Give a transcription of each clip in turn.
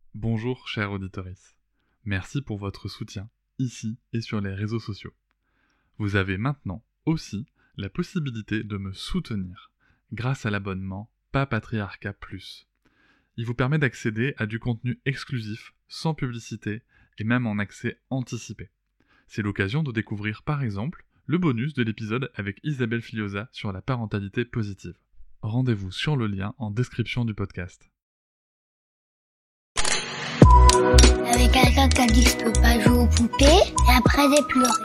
Bonjour chers auditeurs. Merci pour votre soutien, ici et sur les réseaux sociaux. Vous avez maintenant aussi la possibilité de me soutenir grâce à l'abonnement Papatriarcat Plus. Il vous permet d'accéder à du contenu exclusif, sans publicité et même en accès anticipé. C'est l'occasion de découvrir par exemple le bonus de l'épisode avec Isabelle Filiosa sur la parentalité positive. Rendez-vous sur le lien en description du podcast. Avec quelqu'un qui a dit que je peux pas jouer aux poupées, et après j'ai pleuré.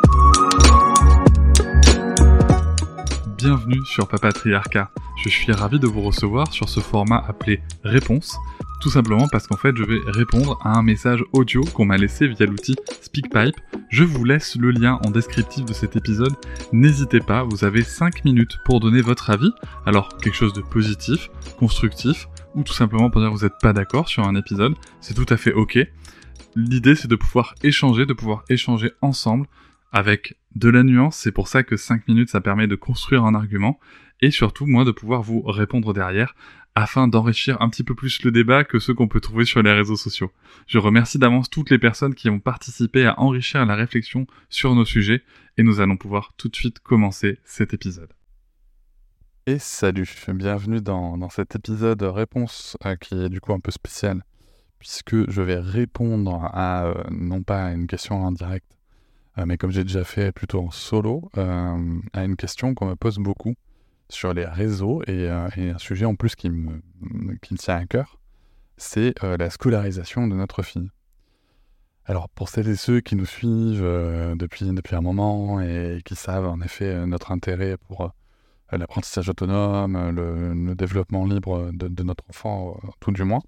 Bienvenue sur Papatriarcat. Je suis ravi de vous recevoir sur ce format appelé Réponse, tout simplement parce qu'en fait je vais répondre à un message audio qu'on m'a laissé via l'outil SpeakPipe. Je vous laisse le lien en descriptif de cet épisode. N'hésitez pas, vous avez 5 minutes pour donner votre avis. Alors quelque chose de positif, constructif, ou tout simplement pour dire que vous n'êtes pas d'accord sur un épisode, c'est tout à fait ok. L'idée c'est de pouvoir échanger ensemble avec de la nuance, c'est pour ça que 5 minutes ça permet de construire un argument, et surtout moi de pouvoir vous répondre derrière, afin d'enrichir un petit peu plus le débat que ceux qu'on peut trouver sur les réseaux sociaux. Je remercie d'avance toutes les personnes qui ont participé à enrichir la réflexion sur nos sujets, et nous allons pouvoir tout de suite commencer cet épisode. Et salut, bienvenue dans cet épisode réponse qui est du coup un peu spécial, puisque je vais répondre à, non pas à une question en direct, mais comme j'ai déjà fait plutôt en solo, à une question qu'on me pose beaucoup sur les réseaux, et un sujet en plus qui me tient à cœur, c'est la scolarisation de notre fille. Alors pour celles et ceux qui nous suivent depuis un moment et qui savent en effet notre intérêt pour l'apprentissage autonome, le développement libre de notre enfant, tout du moins,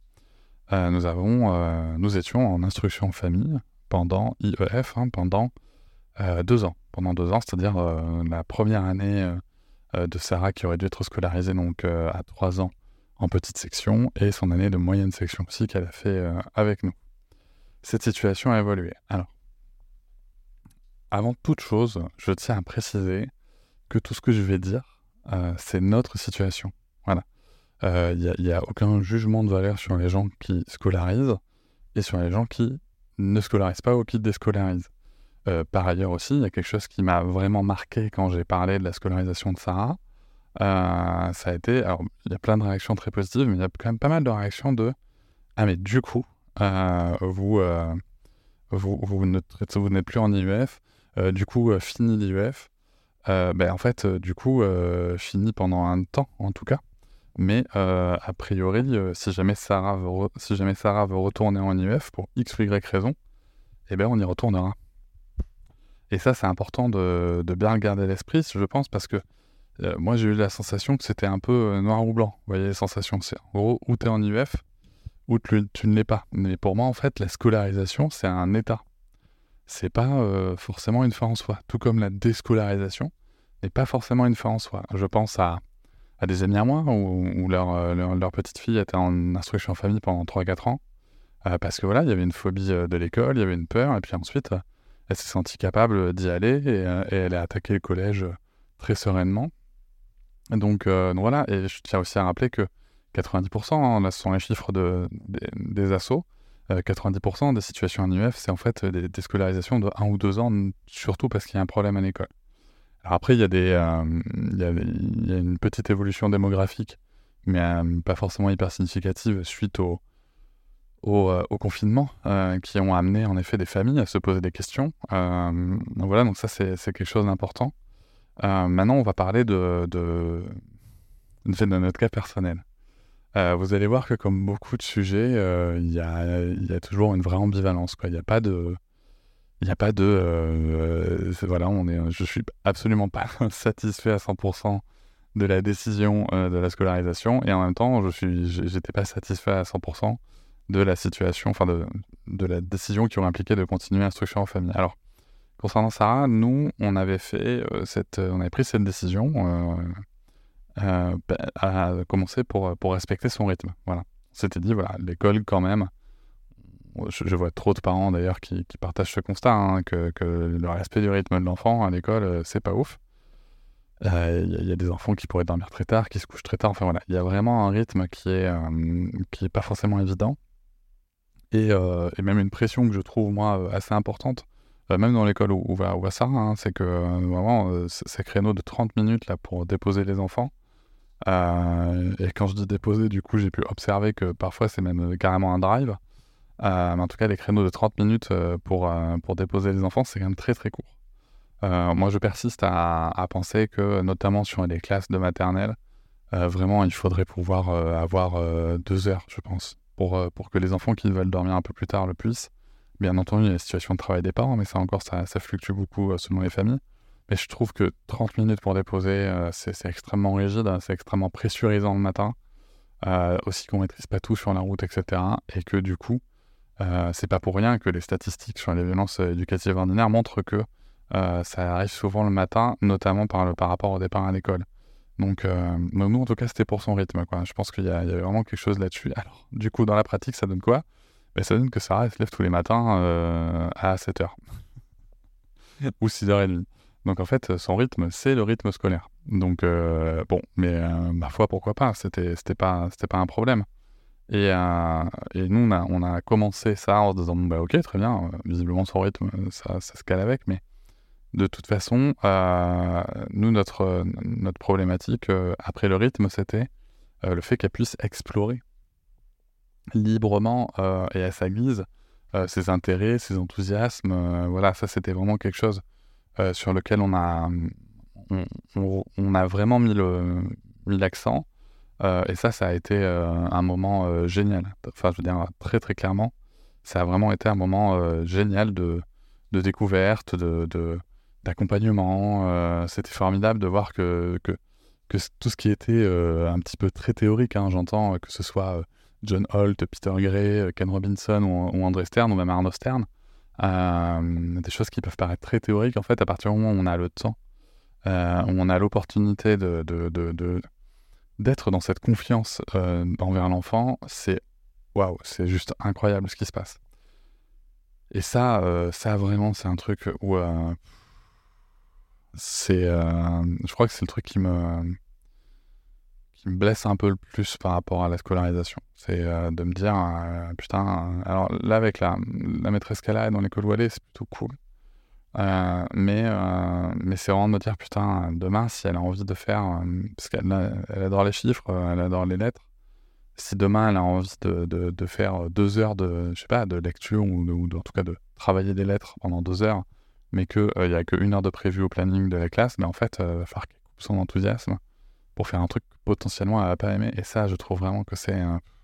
nous étions en instruction en famille pendant IEF, pendant 2 ans. Pendant 2 ans, c'est-à-dire la première année de Sarah qui aurait dû être scolarisée donc à 3 ans en petite section, et son année de moyenne section aussi qu'elle a fait avec nous. Cette situation a évolué. Alors, avant toute chose, je tiens à préciser que tout ce que je vais dire, c'est notre situation. Voilà. Il n'y a aucun jugement de valeur sur les gens qui scolarisent et sur les gens qui ne scolarisent pas ou qui déscolarisent. Par ailleurs aussi, il y a quelque chose qui m'a vraiment marqué quand j'ai parlé de la scolarisation de Sarah. Ça a été... Alors, il y a plein de réactions très positives, mais il y a quand même pas mal de réactions de « Ah, mais du coup, vous n'êtes plus en IEF, du coup, fini l'IEF. » En fait, du coup, fini pendant un temps, en tout cas. Mais a priori, si jamais Sarah veut retourner en IEF pour X ou Y raison, on y retournera. Et ça, c'est important de bien le garder à l'esprit, je pense, parce que moi, j'ai eu la sensation que c'était un peu noir ou blanc. Vous voyez, les sensations, c'est en gros, ou t'es en IEF, ou tu ne l'es pas. Mais pour moi, en fait, la scolarisation, c'est un état. C'est pas forcément une fin en soi. Tout comme la déscolarisation n'est pas forcément une fin en soi. Je pense à des amis à moi, où leur petite fille était en instruction en famille pendant 3-4 ans, parce que voilà, il y avait une phobie de l'école, il y avait une peur, et puis ensuite, elle s'est sentie capable d'y aller, et elle a attaqué le collège très sereinement. Donc voilà, et je tiens aussi à rappeler que 90%, là ce sont les chiffres des assos, 90% des situations en IEF, c'est en fait des scolarisations de 1 ou 2 ans, surtout parce qu'il y a un problème à l'école. Alors après, il y a une petite évolution démographique, mais pas forcément hyper significative suite au confinement, qui ont amené en effet des familles à se poser des questions. Voilà, donc ça c'est quelque chose d'important. Maintenant, on va parler de notre cas personnel. Vous allez voir que comme beaucoup de sujets, il y a toujours une vraie ambivalence, quoi. Il n'y a pas de... voilà, je suis absolument pas satisfait à 100% de la décision de la scolarisation, et en même temps, j'étais pas satisfait à 100% de la situation, enfin de la décision qui aurait impliqué de continuer l'instruction en famille. Alors, concernant Sarah, nous, on avait pris cette décision à commencer pour respecter son rythme. Voilà. On s'était dit, voilà, l'école quand même. Je vois trop de parents d'ailleurs qui partagent ce constat, que le respect du rythme de l'enfant à l'école, c'est pas ouf. Il y a des enfants qui pourraient dormir très tard, qui se couchent très tard. Enfin voilà, il y a vraiment un rythme qui est pas forcément évident. et même une pression que je trouve, moi, assez importante, même dans l'école où va Sarah, hein, c'est que vraiment, ces créneaux de 30 minutes là, pour déposer les enfants, et quand je dis déposer, du coup, j'ai pu observer que parfois c'est même carrément un drive. Mais en tout cas, les créneaux de 30 minutes pour déposer les enfants, c'est quand même très très court. Moi, je persiste à penser que, notamment sur les classes de maternelle, vraiment, il faudrait pouvoir avoir 2 heures, je pense, pour que les enfants qui veulent dormir un peu plus tard le puissent. Bien entendu, il y a la situation de travail des parents, mais ça encore, ça fluctue beaucoup selon les familles. Mais je trouve que 30 minutes pour déposer, c'est extrêmement rigide, c'est extrêmement pressurisant le matin. Aussi qu'on maîtrise pas tout sur la route, etc. Et que du coup, c'est pas pour rien que les statistiques sur les violences éducatives ordinaires montrent que ça arrive souvent le matin, notamment par rapport au départ à l'école. Donc nous, en tout cas, c'était pour son rythme, quoi. Je pense qu'il y a vraiment quelque chose là-dessus. Alors, du coup, dans la pratique, ça donne quoi? Ça donne que Sarah, elle se lève tous les matins à 7h ou 6h30. Donc en fait, son rythme, c'est le rythme scolaire. Donc bon, mais ma foi, pourquoi pas? C'était pas un problème. Et nous, on a commencé ça en se disant, bah ok, très bien, visiblement son rythme, ça se cale avec, mais de toute façon, nous, notre problématique, après le rythme, c'était le fait qu'elle puisse explorer librement et à sa guise ses intérêts, ses enthousiasmes. Voilà, ça, c'était vraiment quelque chose sur lequel on a vraiment mis l'accent. Et ça a été un moment génial. Enfin, je veux dire, très très clairement, ça a vraiment été un moment génial de découverte, d'accompagnement. C'était formidable de voir que tout ce qui était un petit peu très théorique, hein, j'entends, que ce soit John Holt, Peter Gray, Ken Robinson ou André Stern ou même Arno Stern, des choses qui peuvent paraître très théoriques, en fait, à partir du moment où on a le temps, où on a l'opportunité d'être dans cette confiance envers l'enfant, c'est waouh, c'est juste incroyable ce qui se passe. Et ça vraiment, c'est un truc où je crois que c'est le truc qui me blesse un peu le plus par rapport à la scolarisation. C'est de me dire, putain, alors là, avec la maîtresse qu'elle a dans l'école où elle est, c'est plutôt cool. Mais c'est vraiment de me dire, putain, demain, si elle a envie de faire, parce qu'elle adore les chiffres, elle adore les lettres, si demain elle a envie de faire 2 heures de, je sais pas, de lecture ou en tout cas de travailler des lettres pendant 2 heures, mais qu'il n'y a que 1 heure de prévu au planning de la classe, mais en fait, il va falloir qu'elle coupe son enthousiasme pour faire un truc que potentiellement elle va pas aimer. Et ça, je trouve vraiment que c'est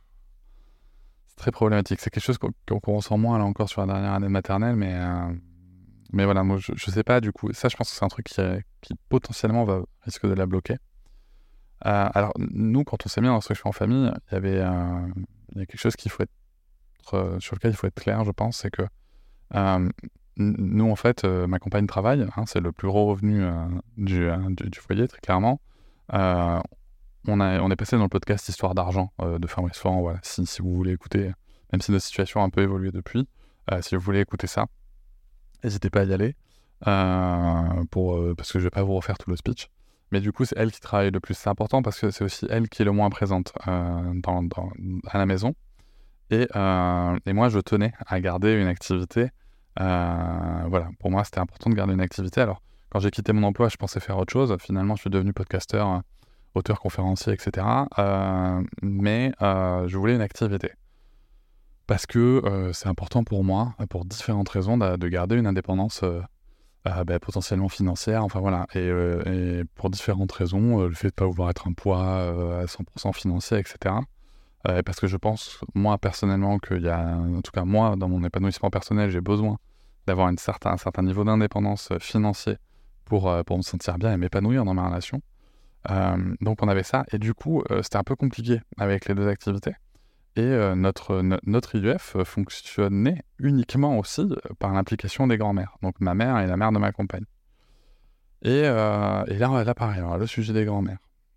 très problématique. C'est quelque chose qu'on ressent moins là encore sur la dernière année de maternelle, mais voilà, moi je sais pas du coup. Ça, je pense que c'est un truc qui potentiellement risque de la bloquer. Alors nous, quand on s'est mis en instruction en famille, il y a quelque chose sur lequel il faut être clair, je pense, c'est que nous, en fait, ma compagne travaille, hein, c'est le plus gros revenu du foyer, très clairement. On est passé dans le podcast Histoire d'argent de Fabrice Florent, voilà, si vous voulez écouter, même si notre situation a un peu évolué depuis, si vous voulez écouter ça, n'hésitez pas à y aller, parce que je vais pas vous refaire tout le speech. Mais du coup, c'est elle qui travaille le plus. C'est important parce que c'est aussi elle qui est le moins présente à la maison. Et moi, je tenais à garder une activité. Voilà, pour moi, c'était important de garder une activité. Alors, quand j'ai quitté mon emploi, je pensais faire autre chose. Finalement, je suis devenu podcasteur, auteur, conférencier, etc. Mais je voulais une activité. Parce que c'est important pour moi, pour différentes raisons, de garder une indépendance potentiellement financière, enfin voilà, et pour différentes raisons, le fait de ne pas vouloir être un poids à 100% financier, etc. Parce que je pense, moi personnellement, qu'il y a, en tout cas moi, dans mon épanouissement personnel, j'ai besoin d'avoir un certain niveau d'indépendance financier pour me sentir bien et m'épanouir dans ma relation. Donc on avait ça, et du coup, c'était un peu compliqué avec les deux activités. Et notre IUF fonctionnait uniquement aussi par l'implication des grands-mères, donc ma mère et la mère de ma compagne. Et là pareil, alors, le sujet des grands-mères.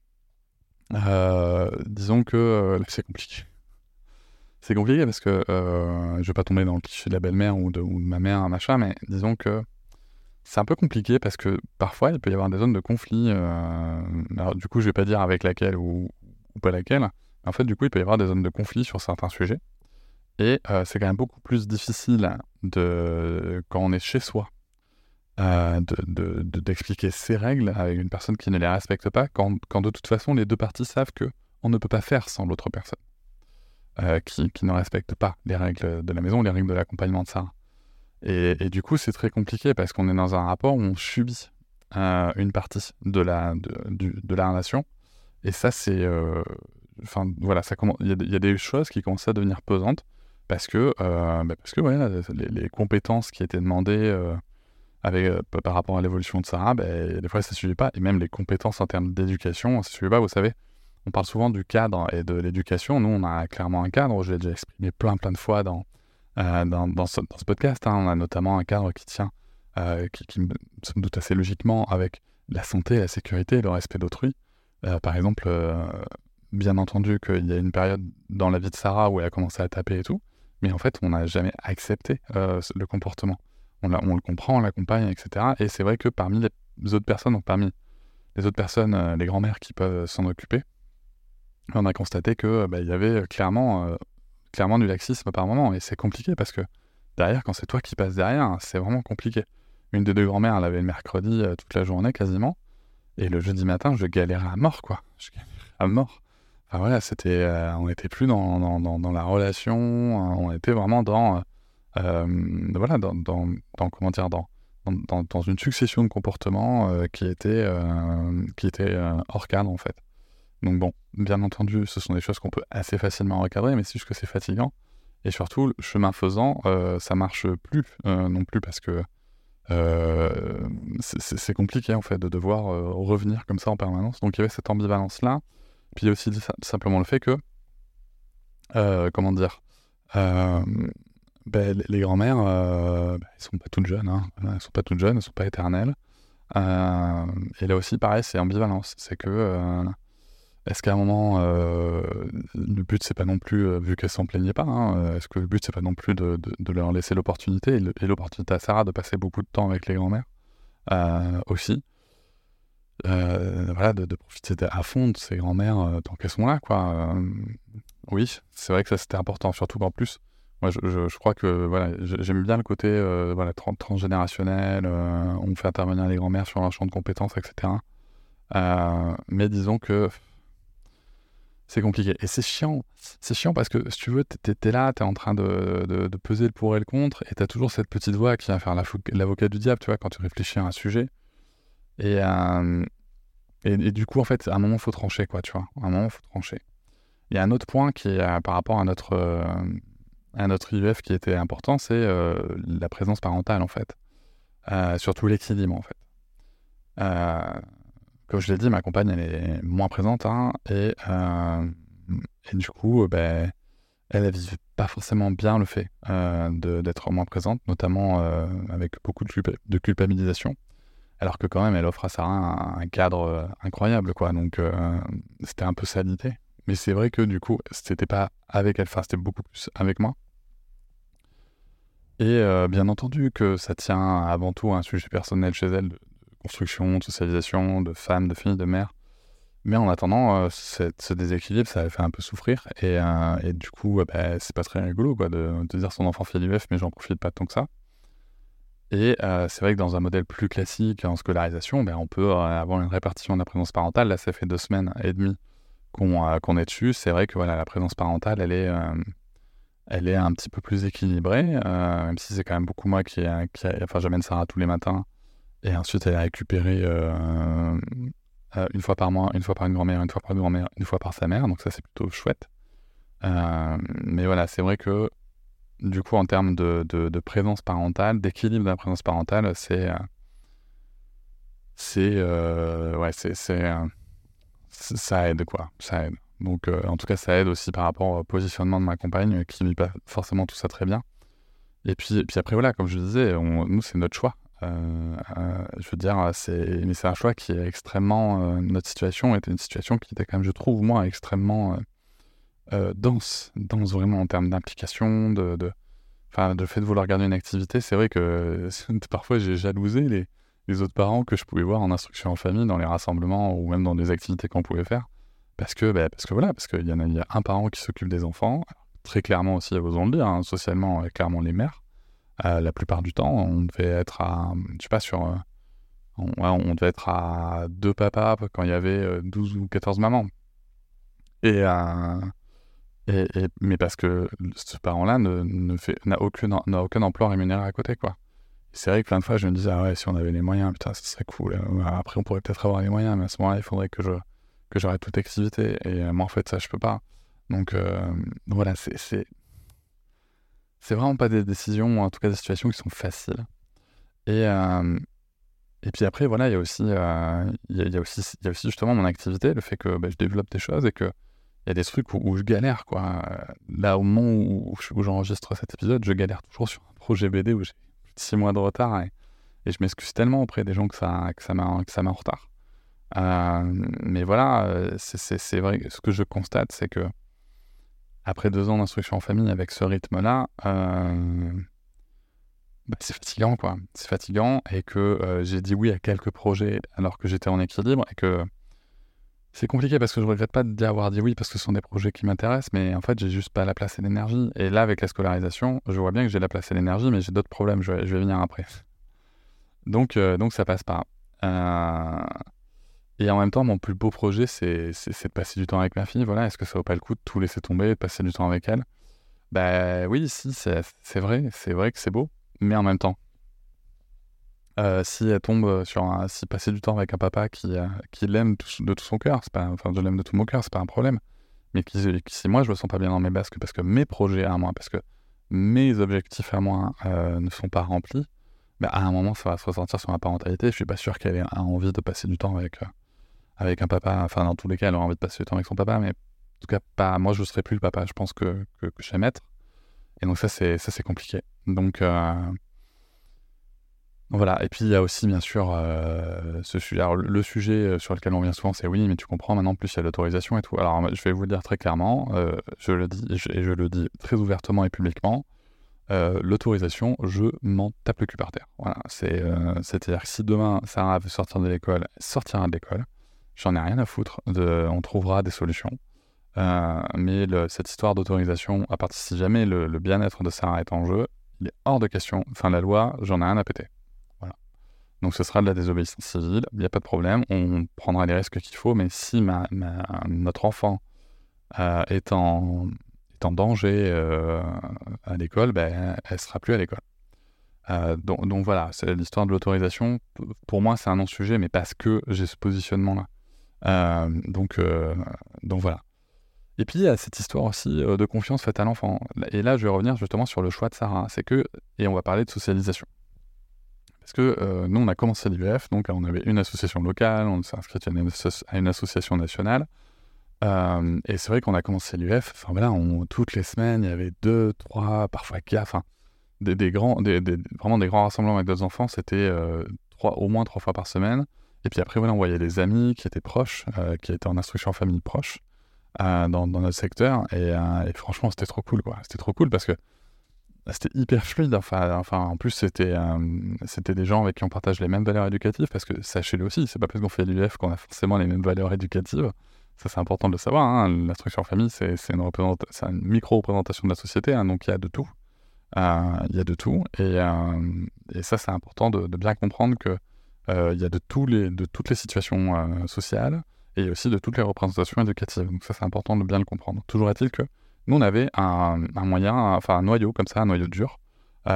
Disons que là, c'est compliqué. C'est compliqué parce que je vais pas tomber dans le cliché de la belle-mère ou de ma mère, machin, mais disons que c'est un peu compliqué parce que parfois il peut y avoir des zones de conflit. Alors du coup, je vais pas dire avec laquelle ou pas laquelle. En fait, du coup, il peut y avoir des zones de conflit sur certains sujets. Et c'est quand même beaucoup plus difficile quand on est chez soi, d'expliquer ces règles avec une personne qui ne les respecte pas, quand de toute façon les deux parties savent que on ne peut pas faire sans l'autre personne, qui ne respecte pas les règles de la maison, les règles de l'accompagnement de Sarah. Et du coup, c'est très compliqué parce qu'on est dans un rapport où on subit une partie de la relation. Et ça, c'est... Enfin, voilà, il y a des choses qui commencent à devenir pesantes parce que ouais, les compétences qui étaient demandées par rapport à l'évolution de Sarah, des fois, ça ne suivait pas. Et même les compétences en termes d'éducation, ça ne suivait pas. Vous savez, on parle souvent du cadre et de l'éducation. Nous, on a clairement un cadre. Je l'ai déjà exprimé plein de fois dans ce podcast. On a notamment un cadre qui tient, qui me somme doute assez logiquement, avec la santé, la sécurité et le respect d'autrui. Par exemple, bien entendu qu'il y a une période dans la vie de Sarah où elle a commencé à taper et tout, mais en fait, on n'a jamais accepté le comportement. On le comprend, on l'accompagne, etc. Et c'est vrai que parmi les autres personnes, les grands-mères qui peuvent s'en occuper, on a constaté que il y avait clairement du laxisme par moment, et c'est compliqué parce que derrière, quand c'est toi qui passes derrière, c'est vraiment compliqué. Une des deux grand-mères, elle avait le mercredi toute la journée quasiment, et le jeudi matin, je galérais à mort, quoi. Je galérais à mort. Enfin voilà, on n'était plus dans la relation, on était vraiment dans comment dire, dans une succession de comportements qui étaient hors cadre en fait. Donc bon, bien entendu, ce sont des choses qu'on peut assez facilement recadrer, mais c'est juste que c'est fatigant. Et surtout, chemin faisant, ça marche plus non plus parce que c'est compliqué en fait de devoir revenir comme ça en permanence. Donc il y avait cette ambivalence-là. Puis il y a aussi simplement le fait que, comment dire, les grands-mères, elles sont pas toutes jeunes, hein. Elles sont pas toutes jeunes, elles sont pas éternelles. Et là aussi, pareil, c'est ambivalence. C'est que, est-ce qu'à un moment, le but, c'est pas non plus, vu qu'elles s'en plaignaient pas, hein, est-ce que le but, c'est pas non plus de leur laisser l'opportunité, et l'opportunité à Sarah de passer beaucoup de temps avec les grands-mères aussi. Voilà, de profiter à fond de ses grands-mères tant qu'elles sont là, quoi. Oui, c'est vrai que ça c'était important, surtout qu'en plus, moi je crois que voilà, j'aime bien le côté voilà, transgénérationnel, on fait intervenir les grands-mères sur leur champ de compétences, etc. Mais disons que c'est compliqué. Et c'est chiant parce que si tu veux, t'es là, t'es en train de peser le pour et le contre, et t'as toujours cette petite voix qui vient faire l'avocat du diable, tu vois, quand tu réfléchis à un sujet. Et du coup, en fait, à un moment, il faut trancher, quoi, tu vois. À un moment, il faut trancher. Il y a un autre point qui est par rapport à notre IEF qui était important, c'est la présence parentale, en fait. Surtout l'équilibre, en fait. Comme je l'ai dit, ma compagne, elle est moins présente, hein, et du coup, elle vit pas forcément bien le fait d'être moins présente, notamment avec beaucoup de culpabilisation. Alors que quand même, elle offre à Sarah un cadre incroyable, quoi. Donc, c'était un peu sa l'idée. Mais c'est vrai que du coup, c'était pas avec elle, enfin, c'était beaucoup plus avec moi. Et bien entendu que ça tient avant tout à un sujet personnel chez elle, de construction, de socialisation, de femme, de fille, de mère. Mais en attendant, ce déséquilibre, ça la fait un peu souffrir. Et du coup, c'est pas très rigolo, quoi, de dire son enfant fait l'IEF, mais j'en profite pas tant que ça. Et c'est vrai que dans un modèle plus classique en scolarisation, on peut avoir une répartition de la présence parentale. Là, ça fait 2 semaines et demie qu'on est dessus. C'est vrai que voilà, la présence parentale, elle est un petit peu plus équilibrée, même si c'est quand même beaucoup moi enfin, j'amène Sarah tous les matins, et ensuite elle est récupérée une fois par mois, une fois par une grand-mère, une fois par une grand-mère, une fois par sa mère. Donc ça, c'est plutôt chouette. Mais voilà, c'est vrai que du coup, en termes de présence parentale, d'équilibre de la présence parentale, ça aide, quoi. Ça aide. Donc, en tout cas, ça aide aussi par rapport au positionnement de ma compagne, qui ne vit pas forcément tout ça très bien. Et puis après, voilà, comme je disais, nous, c'est notre choix. Je veux dire, mais c'est un choix qui est extrêmement... notre situation était une situation qui était quand même, je trouve, moi, extrêmement... dense vraiment en termes d'implication, le fait de vouloir garder une activité. C'est vrai que parfois j'ai jalousé les autres parents que je pouvais voir en instruction en famille, dans les rassemblements ou même dans des activités qu'on pouvait faire, parce qu'il y a un parent qui s'occupe des enfants. très clairement aussi, osons le dire, hein, socialement, clairement les mères. La plupart du temps, on devait être à, je sais pas, on devait être à 2 papas quand il y avait 12 ou 14 mamans. Mais parce que ce parent-là n'a aucun emploi rémunéré à côté, quoi. Et c'est vrai que plein de fois, je me disais, ah ouais, si on avait les moyens, putain, ça serait cool. Après, on pourrait peut-être avoir les moyens, mais à ce moment-là, il faudrait que j'arrête toute activité. Et moi, en fait, ça, je peux pas. Donc, voilà, c'est vraiment pas des décisions, ou en tout cas des situations qui sont faciles. Et puis après, voilà, il y a aussi justement mon activité, le fait que je développe des choses et que il y a des trucs où je galère, quoi. Là, au moment où j'enregistre cet épisode, je galère toujours sur un projet BD où j'ai plus de 6 mois de retard et je m'excuse tellement auprès des gens que ça m'a en retard. Mais voilà, c'est vrai, ce que je constate, c'est que après 2 ans d'instruction en famille avec ce rythme-là, c'est fatigant, quoi. C'est fatigant et que j'ai dit oui à quelques projets alors que j'étais en équilibre et que c'est compliqué parce que je regrette pas d'y avoir dit oui parce que ce sont des projets qui m'intéressent, mais en fait, j'ai juste pas la place et l'énergie. Et là, avec la scolarisation, je vois bien que j'ai la place et l'énergie, mais j'ai d'autres problèmes, je vais venir après. Donc ça passe pas. Et en même temps, mon plus beau projet, c'est de passer du temps avec ma fille. Voilà, est-ce que ça vaut pas le coup de tout laisser tomber, de passer du temps avec elle? Oui, si, c'est vrai que c'est beau, mais en même temps, si elle tombe si passer du temps avec un papa qui l'aime de tout son cœur, je l'aime de tout mon cœur, c'est pas un problème. Mais si moi je me sens pas bien dans mes basques parce que mes projets à moi, parce que mes objectifs à moi ne sont pas remplis, à un moment ça va se ressentir sur ma parentalité. Je suis pas sûr qu'elle ait envie de passer du temps avec un papa. Enfin, dans tous les cas, elle aura envie de passer du temps avec son papa, mais en tout cas pas. Moi, je serai plus le papa. Je pense que j'aime être. Et donc ça c'est compliqué. Donc voilà, et puis il y a aussi bien sûr ce sujet. Alors le sujet sur lequel on vient souvent, c'est oui, mais tu comprends maintenant, plus il y a l'autorisation et tout. Alors je vais vous le dire très clairement, je le dis et je le dis très ouvertement et publiquement, l'autorisation, je m'en tape le cul par terre. Voilà, c'est-à-dire que si demain Sarah veut sortir de l'école, elle sortira de l'école, j'en ai rien à foutre, on trouvera des solutions. Mais cette histoire d'autorisation, à partir si jamais le bien-être de Sarah est en jeu, il est hors de question. Enfin, la loi, j'en ai rien à péter. Donc ce sera de la désobéissance civile, il n'y a pas de problème, on prendra les risques qu'il faut, mais si notre enfant est en danger à l'école, elle ne sera plus à l'école. Donc voilà, c'est l'histoire de l'autorisation. Pour moi, c'est un non-sujet, mais parce que j'ai ce positionnement-là. Donc voilà. Et puis il y a cette histoire aussi de confiance faite à l'enfant. Et là, je vais revenir justement sur le choix de Sarah. Et on va parler de socialisation. Parce que nous, on a commencé l'UF, donc on avait une association locale, on s'est inscrit à une association nationale. Et c'est vrai qu'on a commencé l'UF, enfin voilà, toutes les semaines, il y avait 2, 3, parfois 4, enfin, vraiment des grands rassemblements avec d'autres enfants, c'était au moins 3 fois par semaine. Et puis après, voilà, on voyait des amis qui étaient proches, qui étaient en instruction en famille proche, dans notre secteur. Et franchement, c'était trop cool, quoi. C'était trop cool parce que c'était hyper fluide, enfin en plus c'était des gens avec qui on partage les mêmes valeurs éducatives, parce que sachez-le aussi, c'est pas parce qu'on fait l'UF qu'on a forcément les mêmes valeurs éducatives, ça c'est important de le savoir, hein. L'instruction en famille c'est une micro-représentation de la société, hein, donc il y a de tout, et ça c'est important de bien comprendre que il y a de toutes les situations sociales, et aussi de toutes les représentations éducatives, donc ça c'est important de bien le comprendre. Toujours est-il que nous, on avait un noyau comme ça, un noyau dur, il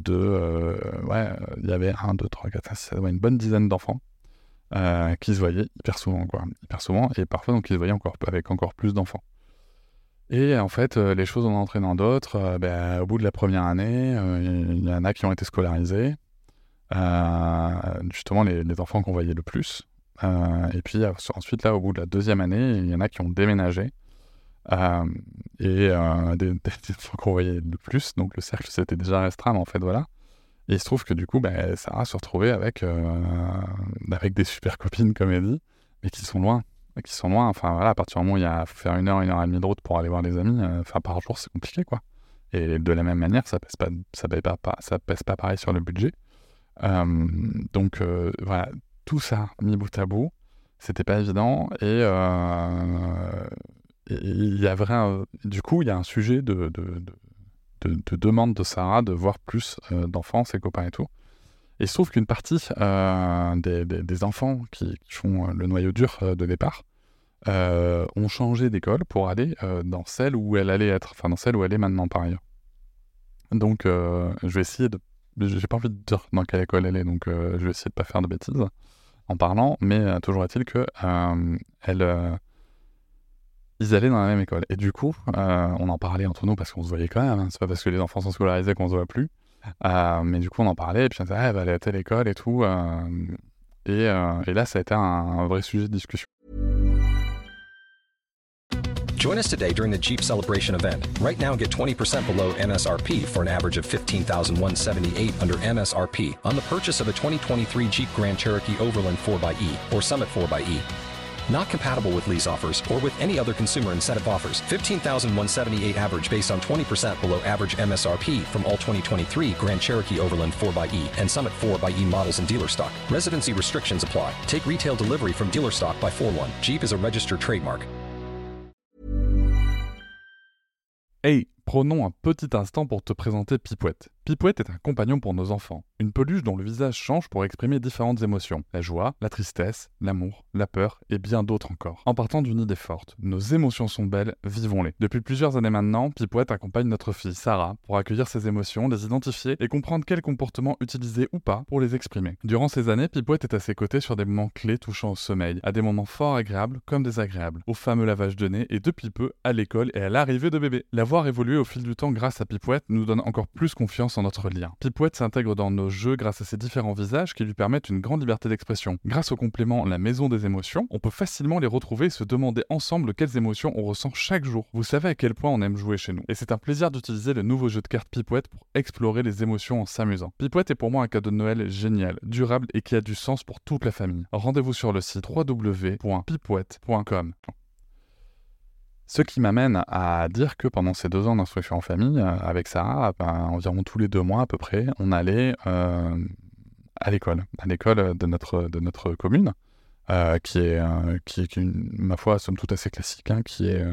y avait 1, 2, 3, 4, 5, 6, une bonne dizaine d'enfants qui se voyaient hyper souvent, et parfois donc ils se voyaient avec encore plus d'enfants. Et en fait, les choses ont entraîné dans d'autres. Au bout de la première année, il y en a qui ont été scolarisés, justement les enfants qu'on voyait le plus. Et puis ensuite, là, au bout de la deuxième année, il y en a qui ont déménagé. Des enfants qu'on voyait le plus, donc le cercle s'était déjà restreint, mais en fait voilà. Et il se trouve que du coup, Sarah se retrouvait avec des super copines, comme elle dit, mais qui sont loin. Enfin voilà, à partir du moment où il y a faut faire 1 heure, 1 heure et demie de route pour aller voir les amis, par jour, c'est compliqué, quoi. Et de la même manière, ça pèse pas pareil sur le budget. Donc voilà, tout ça mis bout à bout, c'était pas évident, il y a du coup, il y a un sujet de demande de Sarah de voir plus d'enfants, ses copains et tout. Et il se trouve qu'une partie des enfants qui font le noyau dur de départ ont changé d'école pour aller dans celle où elle allait être, enfin dans celle où elle est maintenant par ailleurs. Donc je vais essayer de... J'ai pas envie de dire dans quelle école elle est, donc je vais essayer de pas faire de bêtises en parlant, mais toujours est-il que ils allaient dans la même école. Et du coup, on en parlait entre nous parce qu'on se voyait quand même, hein. C'est pas parce que les enfants sont scolarisés qu'on se voit plus. Mais du coup, on en parlait, et puis on disait, elle va aller à telle école et tout. Et là, ça a été un vrai sujet de discussion. Join us today during the Jeep Celebration event. Right now, get 20% below MSRP for an average of $15,178 under MSRP on the purchase of a 2023 Jeep Grand Cherokee Overland 4xE or Summit 4xE. Not compatible with lease offers or with any other consumer incentive offers. $15,178 average based on 20% below average MSRP from all 2023 Grand Cherokee Overland 4xE and Summit 4xE models in dealer stock. Residency restrictions apply. Take retail delivery from dealer stock by 4/1. Jeep is a registered trademark. Hey, prenons un petit instant pour te présenter Pipouette. Pipouette est un compagnon pour nos enfants, une peluche dont le visage change pour exprimer différentes émotions, la joie, la tristesse, l'amour, la peur et bien d'autres encore. En partant d'une idée forte, nos émotions sont belles, vivons-les. Depuis plusieurs années maintenant, Pipouette accompagne notre fille Sarah pour accueillir ses émotions, les identifier et comprendre quels comportements utiliser ou pas pour les exprimer. Durant ces années, Pipouette est à ses côtés sur des moments clés touchant au sommeil, à des moments fort agréables comme désagréables, au fameux lavage de nez et depuis peu à l'école et à l'arrivée de bébé. La voir évoluer au fil du temps grâce à Pipouette nous donne encore plus confiance en notre lien. Pipouette s'intègre dans nos jeux grâce à ses différents visages qui lui permettent une grande liberté d'expression. Grâce au complément La Maison des Émotions, on peut facilement les retrouver et se demander ensemble quelles émotions on ressent chaque jour. Vous savez à quel point on aime jouer chez nous. Et c'est un plaisir d'utiliser le nouveau jeu de cartes Pipouette pour explorer les émotions en s'amusant. Pipouette est pour moi un cadeau de Noël génial, durable et qui a du sens pour toute la famille. Rendez-vous sur le site www.pipouette.com. Ce qui m'amène à dire que pendant ces 2 ans d'instruction en famille, avec Sarah, environ tous les 2 mois à peu près, on allait à l'école de notre commune, qui est ma foi, somme toute assez classique, hein, qui est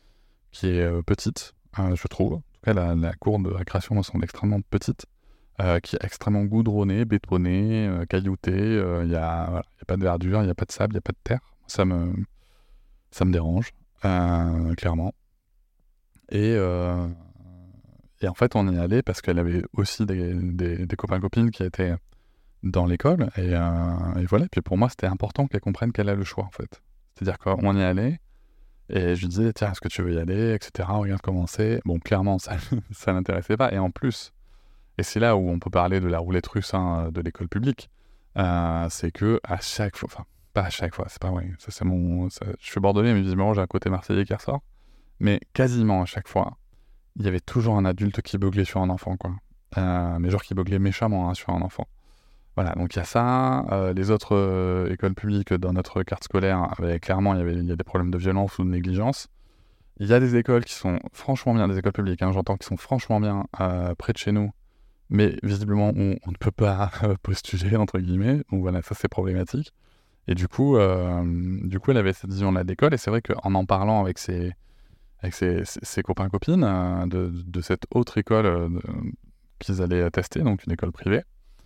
petite, je trouve. En tout cas, la cour de récréation me semble extrêmement petite, qui est extrêmement goudronnée, bétonnée, cailloutée. Il y a pas de verdure, il n'y a pas de sable, il n'y a pas de terre. Ça me dérange. Clairement. Et en fait, on y allait parce qu'elle avait aussi des copains-copines qui étaient dans l'école. Et voilà. Et puis pour moi, c'était important qu'elle comprenne qu'elle a le choix, en fait. C'est-à-dire qu'on y allait et je lui disais, tiens, est-ce que tu veux y aller, etc. Regarde comment c'est. Bon, clairement, ça l'intéressait pas. Et en plus, et c'est là où on peut parler de la roulette russe, hein, de l'école publique, c'est que à chaque fois... Enfin, pas à chaque fois, c'est pas vrai. Je suis bordelais, mais visiblement j'ai un côté marseillais qui ressort. Mais quasiment à chaque fois, il y avait toujours un adulte qui beuglait sur un enfant, quoi. Mais genre qui beuglait méchamment, hein, sur un enfant. Voilà, donc il y a ça. Les autres écoles publiques dans notre carte scolaire, clairement, il y a des problèmes de violence ou de négligence. Il y a des écoles qui sont franchement bien, des écoles publiques, hein, j'entends, qui sont franchement bien près de chez nous, mais visiblement on ne peut pas postuler, entre guillemets. Donc voilà, ça c'est problématique. Et du coup, elle avait cette vision-là d'école, et c'est vrai qu'en parlant avec ses copains-copines de cette autre école qu'ils allaient tester, donc une école privée,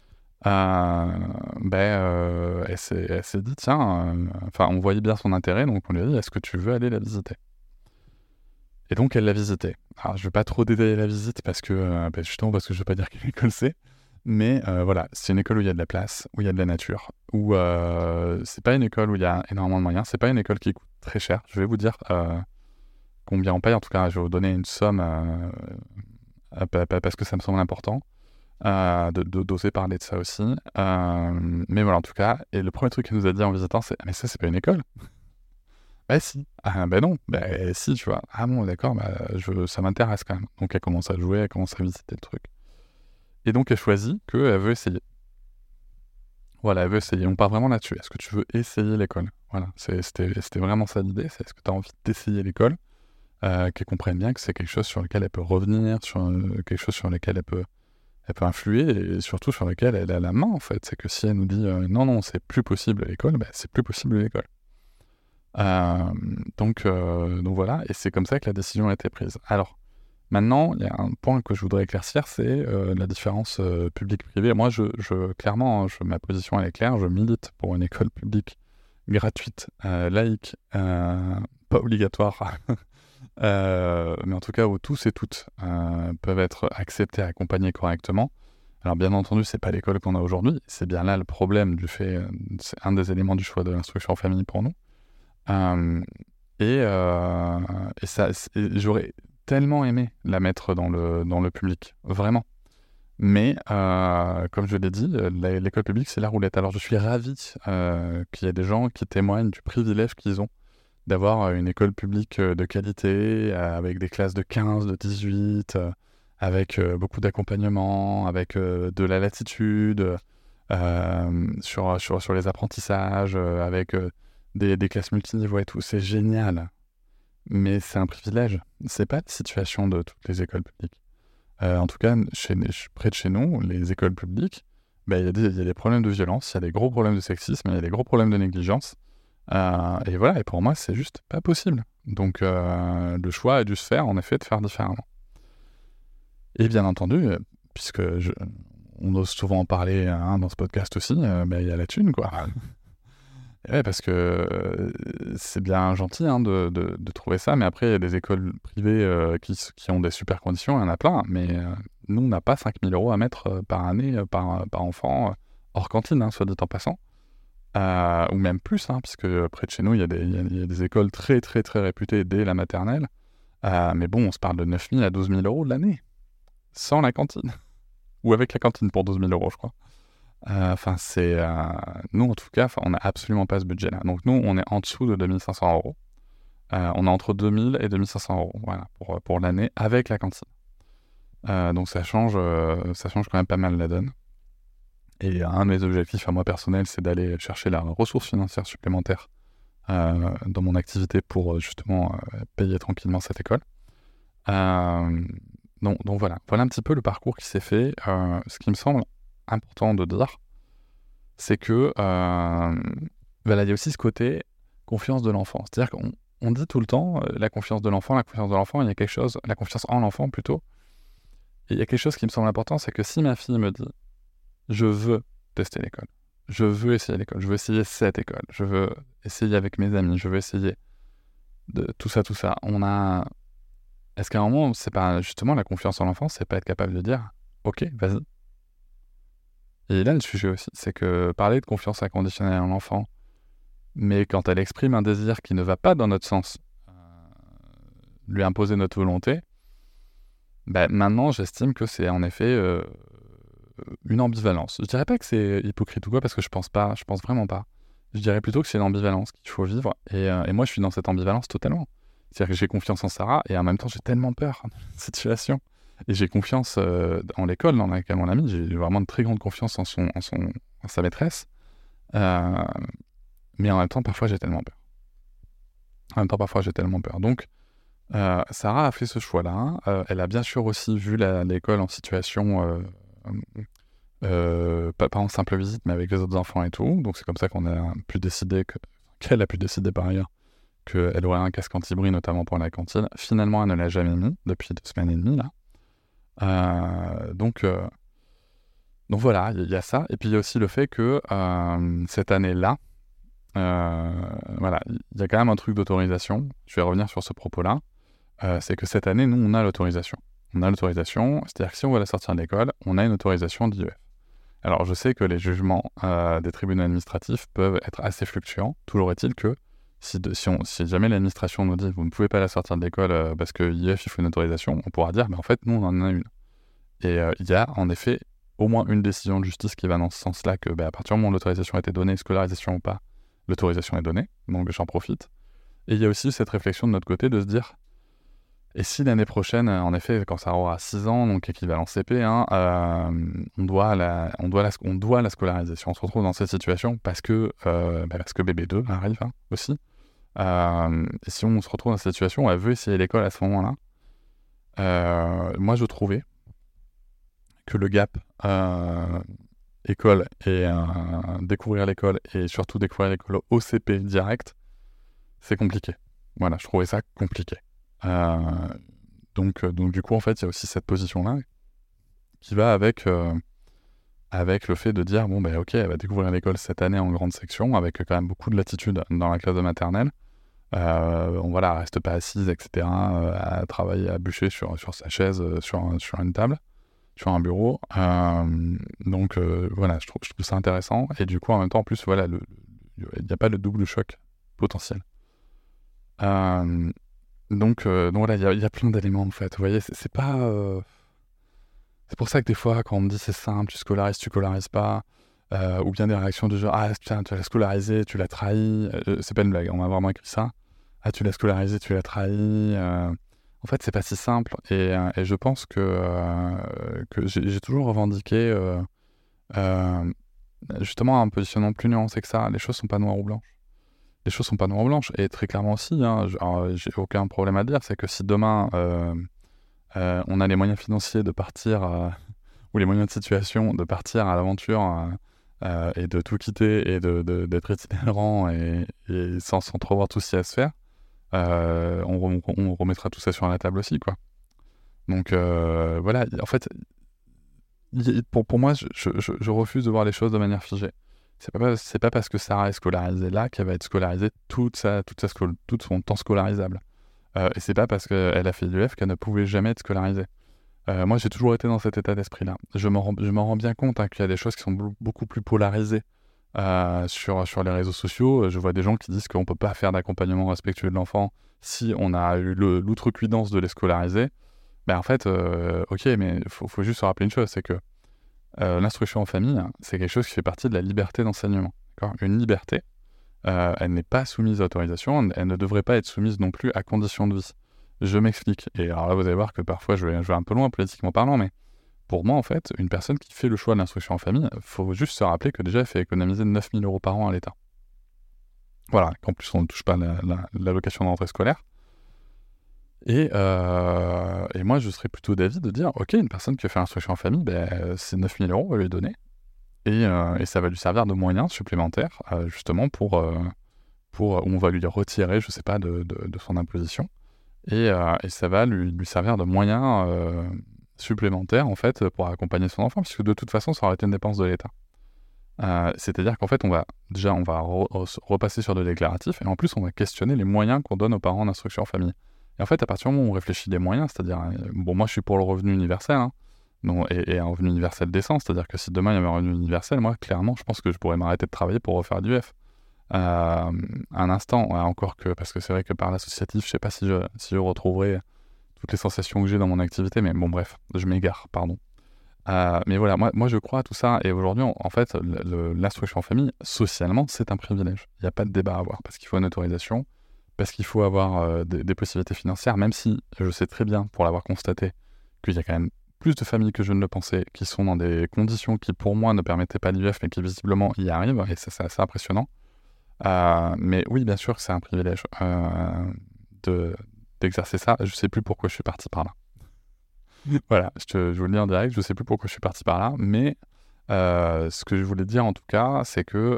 elle s'est dit, tiens, on voyait bien son intérêt, donc on lui a dit, est-ce que tu veux aller la visiter ? Et donc elle l'a visitée. Alors je ne vais pas trop détailler la visite justement parce que je ne veux pas dire quelle école c'est. Mais voilà, c'est une école où il y a de la place, où il y a de la nature, où c'est pas une école où il y a énormément de moyens, c'est pas une école qui coûte très cher. Je vais vous dire combien on paye, en tout cas je vais vous donner une somme parce que ça me semble important d'oser parler de ça aussi. Mais voilà, en tout cas, et le premier truc qu'elle nous a dit en visitant, c'est « mais ça c'est pas une école ?» Bah si. Ah bah non, bah si, tu vois. Ah bon, d'accord, ça m'intéresse quand même. Donc elle commence à jouer, elle commence à visiter le truc. Et donc elle choisit qu'elle veut essayer. Voilà, elle veut essayer. On part vraiment là-dessus. Est-ce que tu veux essayer l'école ? Voilà, c'était vraiment ça l'idée. C'est est-ce que tu as envie d'essayer l'école, qu'elle comprenne bien que c'est quelque chose sur lequel elle peut revenir, sur quelque chose sur lequel elle peut influer, et surtout sur lequel elle a la main, en fait. C'est que si elle nous dit non, c'est plus possible l'école, c'est plus possible l'école. Donc voilà, et c'est comme ça que la décision a été prise. Alors, maintenant, il y a un point que je voudrais éclaircir, c'est la différence public-privé. Moi, clairement, ma position elle est claire, je milite pour une école publique gratuite, laïque, pas obligatoire, mais en tout cas où tous et toutes peuvent être acceptés, accompagnés correctement. Alors bien entendu, c'est pas l'école qu'on a aujourd'hui, c'est bien là le problème du fait, c'est un des éléments du choix de l'instruction en famille pour nous. Et j'aurais tellement aimé la mettre dans le public, vraiment. Mais comme je l'ai dit, l'école publique, c'est la roulette. Alors je suis ravi qu'il y ait des gens qui témoignent du privilège qu'ils ont d'avoir une école publique de qualité, avec des classes de 15, de 18, avec beaucoup d'accompagnement, avec de la latitude sur les apprentissages, avec des classes multiniveaux et tout. C'est génial. Mais c'est un privilège. C'est pas la situation de toutes les écoles publiques. En tout cas, près de chez nous, les écoles publiques, il y a des problèmes de violence, il y a des gros problèmes de sexisme, il y a des gros problèmes de négligence. Et voilà, et pour moi, c'est juste pas possible. Donc, le choix a dû se faire, en effet, de faire différemment. Et bien entendu, puisque on ose souvent en parler dans ce podcast aussi, il y a la thune, quoi. Et ouais, parce que c'est bien gentil de trouver ça, mais après, il y a des écoles privées qui ont des super conditions, il y en a plein, mais nous, on n'a pas 5 000 € à mettre par année, par enfant, hors cantine, soit dit en passant. Ou même plus, puisque près de chez nous, il y a des écoles très, très, très réputées dès la maternelle. Mais bon, on se parle de 9 000 à 12 000 € l'année, sans la cantine. Ou avec la cantine pour 12 000 €, je crois. Nous, en tout cas, on n'a absolument pas ce budget-là. Donc nous, on est en dessous de 2 500 €. On est entre 2 000 et 2 500 €, voilà, pour l'année, avec la cantine. Donc ça change quand même pas mal la donne. Et un de mes objectifs à moi personnel, c'est d'aller chercher la ressource financière supplémentaire dans mon activité pour justement payer tranquillement cette école. Donc voilà un petit peu le parcours qui s'est fait. Ce qui me semble important de dire, c'est que il y a aussi ce côté confiance de l'enfant. C'est-à-dire qu'on dit tout le temps la confiance de l'enfant, il y a quelque chose, la confiance en l'enfant plutôt. Et il y a quelque chose qui me semble important, c'est que si ma fille me dit je veux tester l'école, je veux essayer l'école, je veux essayer cette école, je veux essayer avec mes amis, je veux essayer de tout ça, est-ce qu'à un moment, c'est pas justement la confiance en l'enfant, c'est pas être capable de dire ok, vas-y. Et là, le sujet aussi, c'est que parler de confiance inconditionnelle en l'enfant, mais quand elle exprime un désir qui ne va pas dans notre sens, lui imposer notre volonté, maintenant, j'estime que c'est en effet une ambivalence. Je dirais pas que c'est hypocrite ou quoi, parce que je pense vraiment pas. Je dirais plutôt que c'est une ambivalence qu'il faut vivre, et moi, je suis dans cette ambivalence totalement. C'est-à-dire que j'ai confiance en Sarah, et en même temps, j'ai tellement peur de la situation. Et j'ai confiance en l'école dans laquelle on l'a mis. J'ai vraiment de très grande confiance en sa maîtresse. Mais en même temps, parfois, j'ai tellement peur. Donc, Sarah a fait ce choix-là. Elle a bien sûr aussi vu l'école en situation, pas en simple visite, mais avec les autres enfants et tout. Donc, c'est comme ça qu'elle a pu décider par ailleurs, qu'elle aurait un casque anti-bruit, notamment pour la cantine. Finalement, elle ne l'a jamais mis depuis 2 semaines et demie, là. Donc voilà, il y a ça. Et puis il y a aussi le fait que cette année-là, il y a quand même un truc d'autorisation. Je vais revenir sur ce propos-là. C'est que cette année, nous, on a l'autorisation. C'est-à-dire que si on veut la sortir de l'école, on a une autorisation d'IEF. Alors je sais que les jugements des tribunaux administratifs peuvent être assez fluctuants. Toujours est-il que si jamais l'administration nous dit vous ne pouvez pas la sortir de l'école parce que IEF il faut une autorisation, on pourra dire en fait nous on en a une. Et il y a en effet au moins une décision de justice qui va dans ce sens-là que à partir du moment où l'autorisation a été donnée, scolarisation ou pas, l'autorisation est donnée, donc j'en profite. Et il y a aussi cette réflexion de notre côté de se dire et si l'année prochaine, en effet, quand Sarah aura 6 ans, donc équivalent CP, on doit la scolarisation. On se retrouve dans cette situation parce que bébé 2 arrive aussi. Et si on se retrouve dans cette situation, elle veut essayer l'école à ce moment-là. Moi, je trouvais que le gap école et découvrir l'école, et surtout découvrir l'école au CP direct, c'est compliqué. Voilà, je trouvais ça compliqué. Donc du coup, en fait, il y a aussi cette position-là qui va avec le fait de dire, bon, ok, elle va découvrir l'école cette année en grande section, avec quand même beaucoup de latitude dans la classe de maternelle. Elle reste pas assise, etc., à travailler, à bûcher sur sa chaise, sur une table, sur un bureau. Voilà, je trouve ça intéressant. Et du coup, en même temps, en plus, voilà, il n'y a pas de double choc potentiel. Donc voilà, il y a plein d'éléments, en fait. Vous voyez, c'est pas... C'est pour ça que des fois, quand on me dit c'est simple, tu scolarises pas, ou bien des réactions du genre, ah tiens, tu l'as scolarisé, tu l'as trahi, c'est pas une blague, on m'a vraiment écrit ça. Ah, tu l'as scolarisé, tu l'as trahi. En fait, c'est pas si simple. Et je pense que j'ai toujours revendiqué justement un positionnement plus nuancé que ça. Les choses sont pas noires ou blanches. Les choses sont pas noires ou blanches. Et très clairement aussi, j'ai aucun problème à dire, c'est que si demain on a les moyens financiers de partir, ou les moyens de situation de partir à l'aventure et de tout quitter et d'être itinérant et sans trop avoir de soucis à se faire, on remettra tout ça sur la table aussi, quoi. Donc voilà, en fait, pour moi, je refuse de voir les choses de manière figée. C'est pas parce que Sarah est scolarisée là qu'elle va être scolarisée tout son temps scolarisable. Et c'est pas parce qu'elle a fait l'UF qu'elle ne pouvait jamais être scolarisée. Moi, j'ai toujours été dans cet état d'esprit-là. Je m'en rends bien compte qu'il y a des choses qui sont beaucoup plus polarisées sur les réseaux sociaux. Je vois des gens qui disent qu'on ne peut pas faire d'accompagnement respectueux de l'enfant si on a eu l'outrecuidance de les scolariser. Ben en fait, ok, mais il faut juste se rappeler une chose, c'est que l'instruction en famille, c'est quelque chose qui fait partie de la liberté d'enseignement. D'accord ? Une liberté, elle n'est pas soumise à autorisation, elle ne devrait pas être soumise non plus à conditions de vie. Je m'explique. Et alors là, vous allez voir que parfois, je vais un peu loin politiquement parlant, mais pour moi, en fait, une personne qui fait le choix de l'instruction en famille, il faut juste se rappeler que déjà, elle fait économiser 9 000 € par an à l'État. Voilà, qu'en plus, on ne touche pas l'allocation de rentrée scolaire. Et moi, je serais plutôt d'avis de dire, ok, une personne qui fait l'instruction en famille, c'est 9 000 €, on va lui donner. Et ça va lui servir de moyen supplémentaire, justement, pour où on va lui retirer, je sais pas, de son imposition. Et ça va lui servir de moyen supplémentaire, en fait, pour accompagner son enfant, puisque de toute façon, ça aurait été une dépense de l'État. C'est-à-dire qu'en fait, on va repasser sur de déclaratif, et en plus, on va questionner les moyens qu'on donne aux parents d'instruction en famille. Et en fait, à partir du moment où on réfléchit des moyens, c'est-à-dire, moi, je suis pour le revenu universel, hein, et un revenu universel décent, c'est-à-dire que si demain, il y avait un revenu universel, moi, clairement, je pense que je pourrais m'arrêter de travailler pour refaire du F. Un instant, encore que, parce que c'est vrai que par l'associatif, je sais pas si je retrouverai toutes les sensations que j'ai dans mon activité, mais bon, bref, je m'égare, pardon. Mais voilà, moi je crois à tout ça, et aujourd'hui, en fait, l'instruction en famille, socialement, c'est un privilège. Il n'y a pas de débat à avoir, parce qu'il faut une autorisation, parce qu'il faut avoir des possibilités financières, même si je sais très bien, pour l'avoir constaté, qu'il y a quand même plus de familles que je ne le pensais, qui sont dans des conditions qui, pour moi, ne permettaient pas l'IVF, mais qui, visiblement, y arrivent, et ça, c'est assez impressionnant. Mais oui, bien sûr que c'est un privilège d'exercer ça. Je sais plus pourquoi je suis parti par là. Voilà, je vous le dis en direct, je sais plus pourquoi je suis parti par là, mais ce que je voulais dire en tout cas, c'est que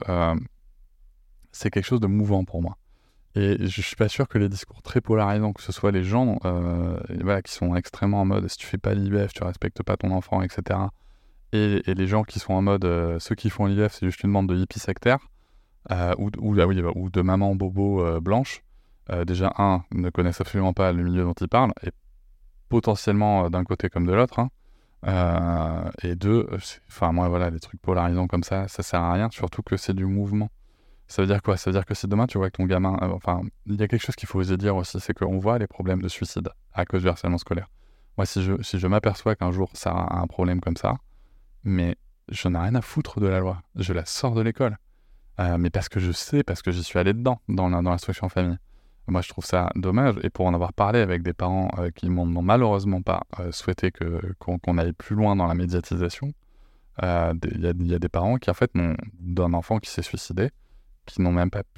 c'est quelque chose de mouvant pour moi. Et je suis pas sûr que les discours très polarisants, que ce soit les gens qui sont extrêmement en mode si tu fais pas l'IVF, tu respectes pas ton enfant, etc. Et les gens qui sont en mode ceux qui font l'IVF, c'est juste une bande de hippies sectaires. Ou de mamans bobo blanches, déjà, ne connaissent absolument pas le milieu dont ils parlent, et potentiellement d'un côté comme de l'autre, hein. Et deux, moi, voilà, les trucs polarisants comme ça sert à rien, surtout que c'est du mouvement. Ça veut dire quoi ? Ça veut dire que si demain tu vois que ton gamin... il y a quelque chose qu'il faut oser dire aussi, c'est qu'on voit les problèmes de suicide à cause du harcèlement scolaire. Moi, si je m'aperçois qu'un jour ça a un problème comme ça, mais je n'ai rien à foutre de la loi, je la sors de l'école. Mais parce que j'y suis allé dedans, dans l'instruction en famille. Moi, je trouve ça dommage, et pour en avoir parlé avec des parents qui n'ont malheureusement pas souhaité qu'on aille plus loin dans la médiatisation, il y a des parents qui, en fait, d'un enfant qui s'est suicidé, qui n'ont même pas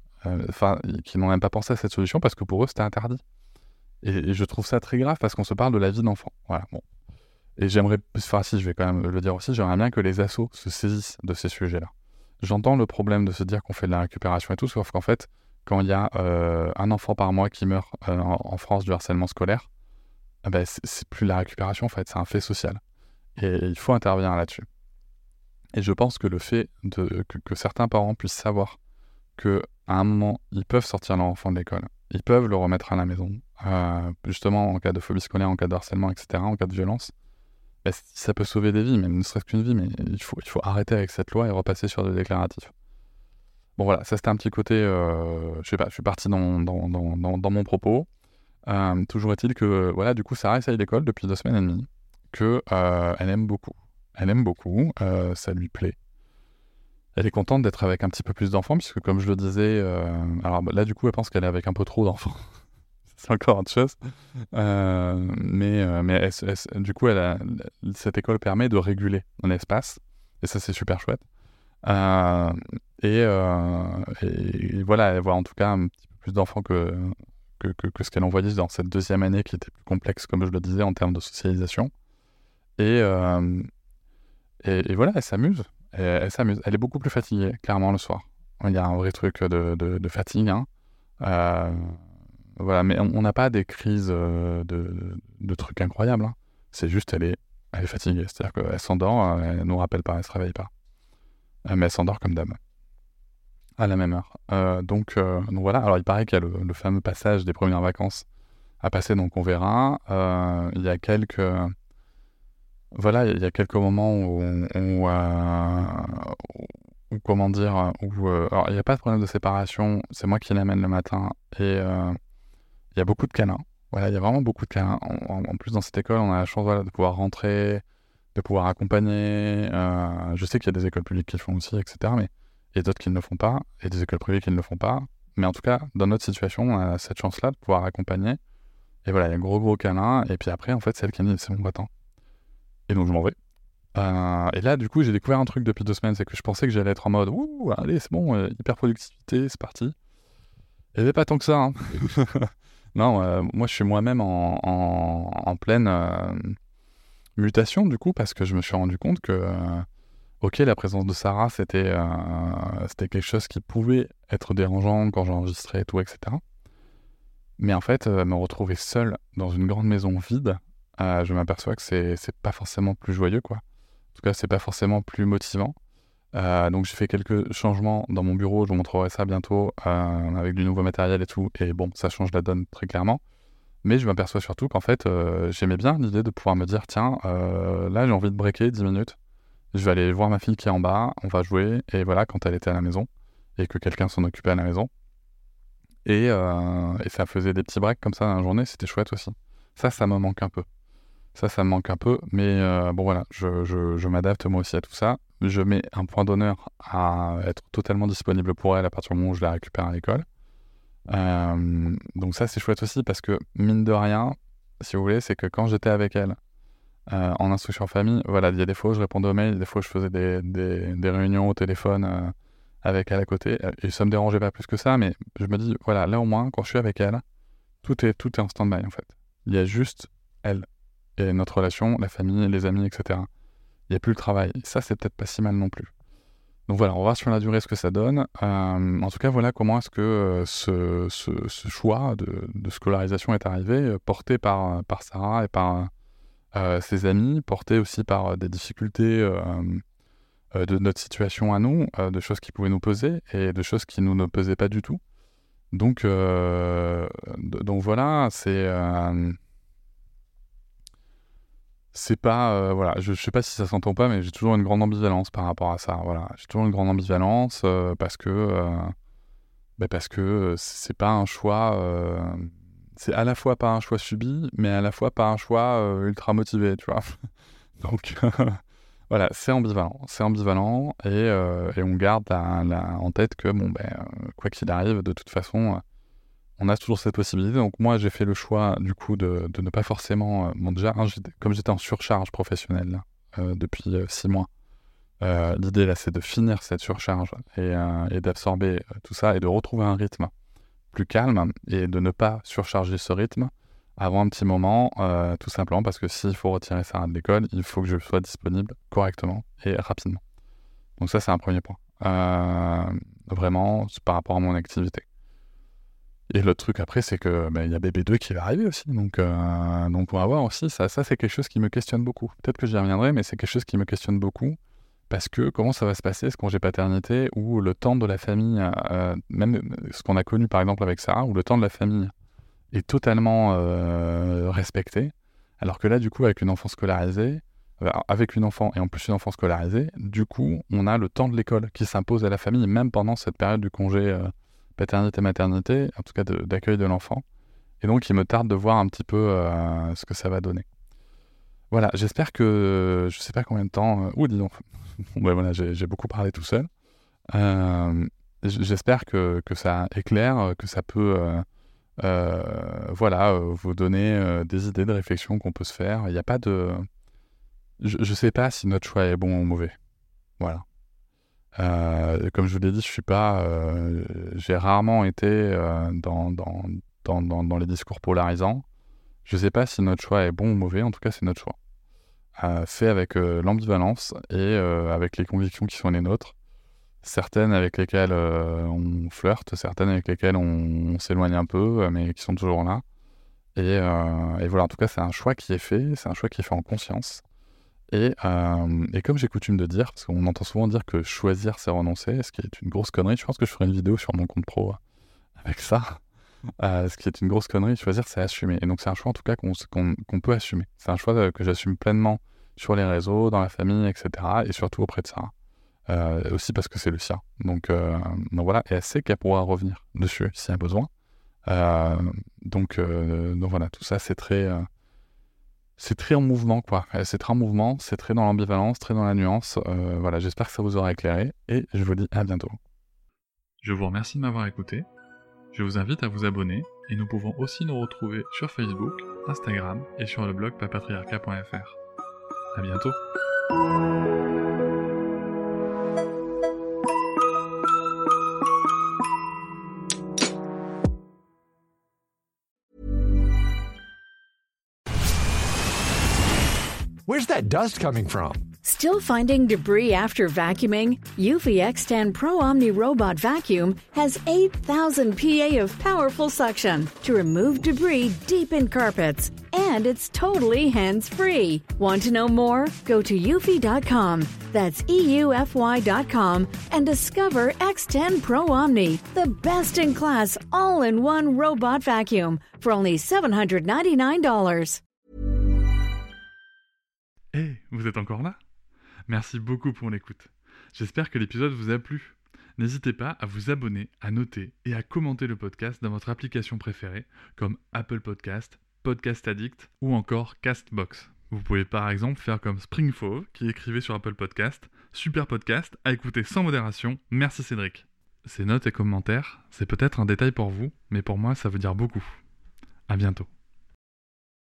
qui n'ont même pas pensé à cette solution parce que pour eux, c'était interdit. Et je trouve ça très grave parce qu'on se parle de la vie d'enfant. Voilà, bon. Et je vais quand même le dire aussi, j'aimerais bien que les assos se saisissent de ces sujets-là. J'entends le problème de se dire qu'on fait de la récupération et tout, sauf qu'en fait, quand il y a un enfant par mois qui meurt en France du harcèlement scolaire, c'est plus la récupération en fait, c'est un fait social. Et il faut intervenir là-dessus. Et je pense que le fait que certains parents puissent savoir qu'à un moment, ils peuvent sortir leur enfant de l'école, ils peuvent le remettre à la maison, justement en cas de phobie scolaire, en cas de harcèlement, etc., en cas de violence, ça peut sauver des vies, même ne serait-ce qu'une vie, mais il faut arrêter avec cette loi et repasser sur des déclaratifs. Bon voilà, ça c'était un petit côté, je sais pas, je suis parti dans mon propos. Toujours est-il que, voilà, du coup, Sarah essaye l'école depuis 2 semaines et demie, que elle aime beaucoup. Elle aime beaucoup, ça lui plaît. Elle est contente d'être avec un petit peu plus d'enfants, puisque comme je le disais, alors là, du coup, elle pense qu'elle est avec un peu trop d'enfants. C'est encore autre chose. Mais du coup, cette école permet de réguler un espace, et ça, c'est super chouette. Et voilà, elle voit en tout cas un petit peu plus d'enfants que ce qu'elle envoyait dans cette 2e année qui était plus complexe, comme je le disais, en termes de socialisation. Et voilà, elle s'amuse. Elle s'amuse. Elle est beaucoup plus fatiguée, clairement, le soir. Il y a un vrai truc de fatigue. Hein. Voilà, mais on n'a pas des crises de trucs incroyables. Hein. C'est juste, elle est fatiguée. C'est-à-dire qu'elle s'endort, elle ne nous rappelle pas, elle ne se réveille pas. Mais elle s'endort comme d'hab. À la même heure. Donc voilà, alors il paraît qu'il y a le fameux passage des premières vacances à passer, donc on verra. Il y a quelques... Voilà, il y a quelques moments comment dire, alors il n'y a pas de problème de séparation, c'est moi qui l'amène le matin, et il y a beaucoup de câlins. Voilà, il y a vraiment beaucoup de câlins. En plus, dans cette école, on a la chance, voilà, de pouvoir rentrer, de pouvoir accompagner. Je sais qu'il y a des écoles publiques qui le font aussi, etc., mais et d'autres qui ne le font pas, et des écoles privées qui ne le font pas. Mais en tout cas, dans notre situation, on a cette chance-là de pouvoir accompagner. Et voilà, il y a un gros câlin, et puis après, en fait, c'est elle qui me dit, c'est bon, va-t'en. Et donc, je m'en vais. Et là, du coup, j'ai découvert un truc depuis 2 semaines, c'est que je pensais que j'allais être en mode, ouh, allez, c'est bon, hyper productivité, c'est parti. Et mais pas tant que ça, hein. Non, moi, je suis moi-même en pleine mutation, du coup, parce que je me suis rendu compte que, ok, la présence de Sarah, c'était quelque chose qui pouvait être dérangeant quand j'enregistrais et tout, etc. Mais en fait, me retrouver seul dans une grande maison vide, je m'aperçois que c'est pas forcément plus joyeux, quoi. En tout cas, c'est pas forcément plus motivant. Donc j'ai fait quelques changements dans mon bureau, je vous montrerai ça bientôt, avec du nouveau matériel et tout, et bon, ça change la donne très clairement. Mais je m'aperçois surtout qu'en fait, j'aimais bien l'idée de pouvoir me dire, tiens, là j'ai envie de breaker 10 minutes, je vais aller voir ma fille qui est en bas, on va jouer, et voilà, quand elle était à la maison, et que quelqu'un s'en occupait à la maison. Et ça faisait des petits breaks comme ça dans la journée, c'était chouette aussi. Ça me manque un peu. Ça me manque un peu, mais bon voilà, je m'adapte moi aussi à tout ça. Je mets un point d'honneur à être totalement disponible pour elle à partir du moment où je la récupère à l'école. Donc ça c'est chouette aussi parce que mine de rien, si vous voulez, c'est que quand j'étais avec elle en instruction famille, voilà, il y a des fois où je répondais aux mails, des fois où je faisais des réunions au téléphone avec elle à côté, et ça me dérangeait pas plus que ça, mais je me dis, voilà, là au moins, quand je suis avec elle, tout est en stand-by en fait. Il y a juste elle. Et notre relation, la famille, les amis, etc. Il n'y a plus le travail. Et ça, c'est peut-être pas si mal non plus. Donc voilà, on va voir sur la durée ce que ça donne. En tout cas, voilà comment est-ce que ce choix de scolarisation est arrivé, porté par Sarah et par ses amis, porté aussi par des difficultés de notre situation à nous, de choses qui pouvaient nous peser et de choses qui nous ne pesaient pas du tout. Donc voilà, c'est pas... voilà, je sais pas si ça s'entend pas, mais j'ai toujours une grande ambivalence par rapport à ça. Voilà, j'ai toujours une grande ambivalence parce que c'est pas un choix... c'est à la fois pas un choix subi, mais à la fois pas un choix ultra motivé, tu vois. Donc voilà, c'est ambivalent, et on garde en tête que, bon, quoi qu'il arrive, de toute façon... on a toujours cette possibilité. Donc moi, j'ai fait le choix, du coup, de ne pas forcément... bon, déjà, comme j'étais en surcharge professionnelle depuis 6 mois, l'idée, là, c'est de finir cette surcharge et d'absorber tout ça et de retrouver un rythme plus calme et de ne pas surcharger ce rythme avant un petit moment, tout simplement parce que s'il faut retirer Sarah de l'école, il faut que je sois disponible correctement et rapidement. Donc ça, c'est un premier point. Vraiment, c'est par rapport à mon activité. Et l'autre truc après, c'est que il y a bébé 2 qui va arriver aussi. Donc on va voir aussi. Ça c'est quelque chose qui me questionne beaucoup. Peut-être que j'y reviendrai, mais c'est quelque chose qui me questionne beaucoup. Parce que comment ça va se passer, ce congé paternité, où le temps de la famille, même ce qu'on a connu par exemple avec Sarah, où le temps de la famille est totalement respecté. Alors que là, du coup, avec une enfant scolarisée, avec une enfant et en plus une enfant scolarisée, du coup, on a le temps de l'école qui s'impose à la famille, même pendant cette période du congé paternité-maternité, en tout cas d'accueil de l'enfant. Et donc, il me tarde de voir un petit peu ce que ça va donner. Voilà, j'espère que... Je sais pas combien de temps... dis donc. Ouais, voilà, j'ai beaucoup parlé tout seul. J'espère que ça éclaire, que ça peut... vous donner des idées de réflexion qu'on peut se faire. Il n'y a pas de... Je sais pas si notre choix est bon ou mauvais. Voilà. Comme je vous l'ai dit, je suis pas... j'ai rarement été dans les discours polarisants. Je sais pas si notre choix est bon ou mauvais, en tout cas c'est notre choix. Fait avec l'ambivalence et avec les convictions qui sont les nôtres. Certaines avec lesquelles on flirte, certaines avec lesquelles on s'éloigne un peu, mais qui sont toujours là. Et voilà, en tout cas, c'est un choix qui est fait, c'est un choix qui est fait en conscience. Et comme j'ai coutume de dire, parce qu'on entend souvent dire que choisir, c'est renoncer, ce qui est une grosse connerie. Je pense que je ferai une vidéo sur mon compte pro avec ça. Ce qui est une grosse connerie, choisir, c'est assumer. Et donc, c'est un choix, en tout cas, qu'on peut assumer. C'est un choix que j'assume pleinement sur les réseaux, dans la famille, etc. Et surtout auprès de Sarah. Aussi parce que c'est le sien. Donc voilà, et elle sait qu'elle pourra revenir dessus s'il y a besoin. Donc voilà, tout ça c'est très en mouvement quoi. C'est très en mouvement, c'est très dans l'ambivalence, très dans la nuance. Voilà, j'espère que ça vous aura éclairé et je vous dis à bientôt. Je vous remercie de m'avoir écouté. Je vous invite à vous abonner et nous pouvons aussi nous retrouver sur Facebook, Instagram et sur le blog papatriarca.fr. À bientôt. Where's that dust coming from? Still finding debris after vacuuming? Eufy X10 Pro Omni Robot Vacuum has 8,000 PA of powerful suction to remove debris deep in carpets. And it's totally hands-free. Want to know more? Go to eufy.com. That's EUFY.com and discover X10 Pro Omni, the best-in-class all-in-one robot vacuum for only $799. Hey, vous êtes encore là ? Merci beaucoup pour l'écoute. J'espère que l'épisode vous a plu. N'hésitez pas à vous abonner, à noter et à commenter le podcast dans votre application préférée, comme Apple Podcast, Podcast Addict ou encore Castbox. Vous pouvez par exemple faire comme Springfove qui écrivait sur Apple Podcast « Super podcast, à écouter sans modération, merci Cédric ». Ces notes et commentaires, c'est peut-être un détail pour vous, mais pour moi ça veut dire beaucoup. À bientôt.